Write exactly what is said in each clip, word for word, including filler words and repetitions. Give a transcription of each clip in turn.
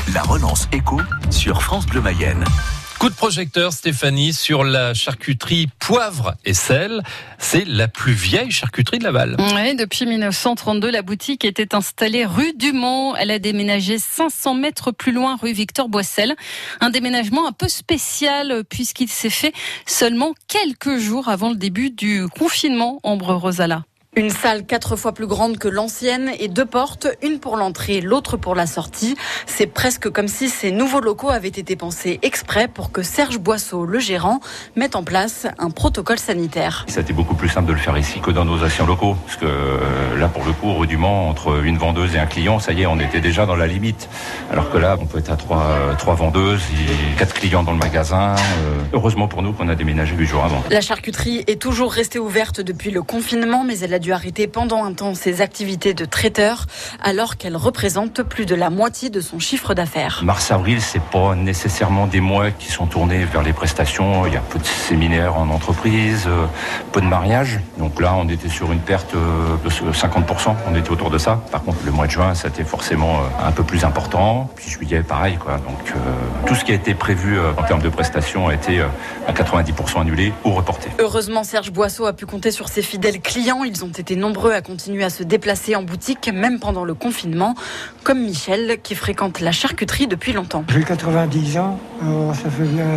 La relance éco sur France Bleu Mayenne. Coup de projecteur, Stéphanie, sur la charcuterie Poivre et Sel. C'est la plus vieille charcuterie de Laval. Oui, depuis dix-neuf cent trente-deux, la boutique était installée rue du Mont. Elle a déménagé cinq cents mètres plus loin, rue Victor Boissel. Un déménagement un peu spécial puisqu'il s'est fait seulement quelques jours avant le début du confinement, Ambre Rosala. Une salle quatre fois plus grande que l'ancienne et deux portes, une pour l'entrée, l'autre pour la sortie. C'est presque comme si ces nouveaux locaux avaient été pensés exprès pour que Serge Boisseau, le gérant, mette en place un protocole sanitaire. Ça a été beaucoup plus simple de le faire ici que dans nos anciens locaux. Parce que euh, là, pour le coup, rue du Mans, entre une vendeuse et un client, ça y est, on était déjà dans la limite. Alors que là, on peut être à trois, euh, trois vendeuses et quatre clients dans le magasin. Euh, heureusement pour nous qu'on a déménagé huit jours avant. La charcuterie est toujours restée ouverte depuis le confinement, mais elle a dû arrêter pendant un temps ses activités de traiteur, alors qu'elle représente plus de la moitié de son chiffre d'affaires. Mars-avril, c'est pas nécessairement des mois qui sont tournés vers les prestations. Il y a peu de séminaires en entreprise, peu de mariages. Donc là, on était sur une perte de cinquante pour cent. On était autour de ça. Par contre, le mois de juin, c'était forcément un peu plus important. Puis juillet, pareil, quoi. Donc euh, tout ce qui a été prévu en termes de prestations a été à quatre-vingt-dix pour cent annulé ou reporté. Heureusement, Serge Boisseau a pu compter sur ses fidèles clients. Ils ont été nombreux à continuer à se déplacer en boutique, même pendant le confinement, comme Michel, qui fréquente la charcuterie depuis longtemps. J'ai quatre-vingt-dix ans, alors ça fait bien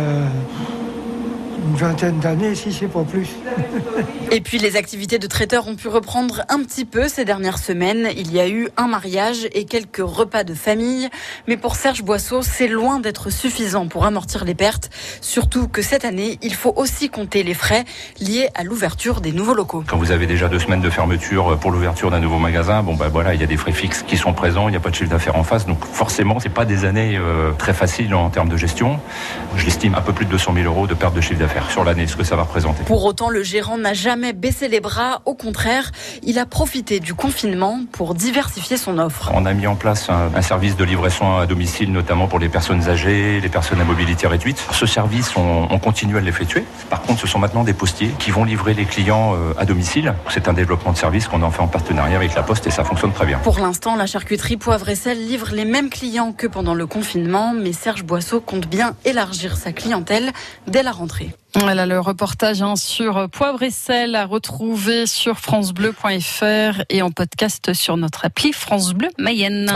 une vingtaine d'années, si c'est pas plus. Et puis les activités de traiteur ont pu reprendre un petit peu ces dernières semaines. Il y a eu un mariage et quelques repas de famille. Mais pour Serge Boisseau, c'est loin d'être suffisant pour amortir les pertes. Surtout que cette année, il faut aussi compter les frais liés à l'ouverture des nouveaux locaux. Quand vous avez déjà deux semaines de fermeture pour l'ouverture d'un nouveau magasin, bon ben voilà, il y a des frais fixes qui sont présents, il n'y a pas de chiffre d'affaires en face. Donc forcément, c'est pas des années euh, très faciles en termes de gestion. Je l'estime un peu plus de deux cent mille euros de perte de chiffre d'affaires sur l'année, ce que ça va représenter. Pour autant, le gérant n'a jamais baissé les bras. Au contraire, il a profité du confinement pour diversifier son offre. On a mis en place un, un service de livraison à domicile, notamment pour les personnes âgées, les personnes à mobilité réduite. Ce service, on, on continue à l'effectuer. Par contre, ce sont maintenant des postiers qui vont livrer les clients à domicile. C'est un développement de service qu'on a fait en partenariat avec la Poste et ça fonctionne très bien. Pour l'instant, la charcuterie Poivre et Sel livre les mêmes clients que pendant le confinement, mais Serge Boisseau compte bien élargir sa clientèle dès la rentrée. Voilà le reportage hein, sur Poivre et Sel à retrouver sur francebleu point f r et en podcast sur notre appli France Bleu Mayenne.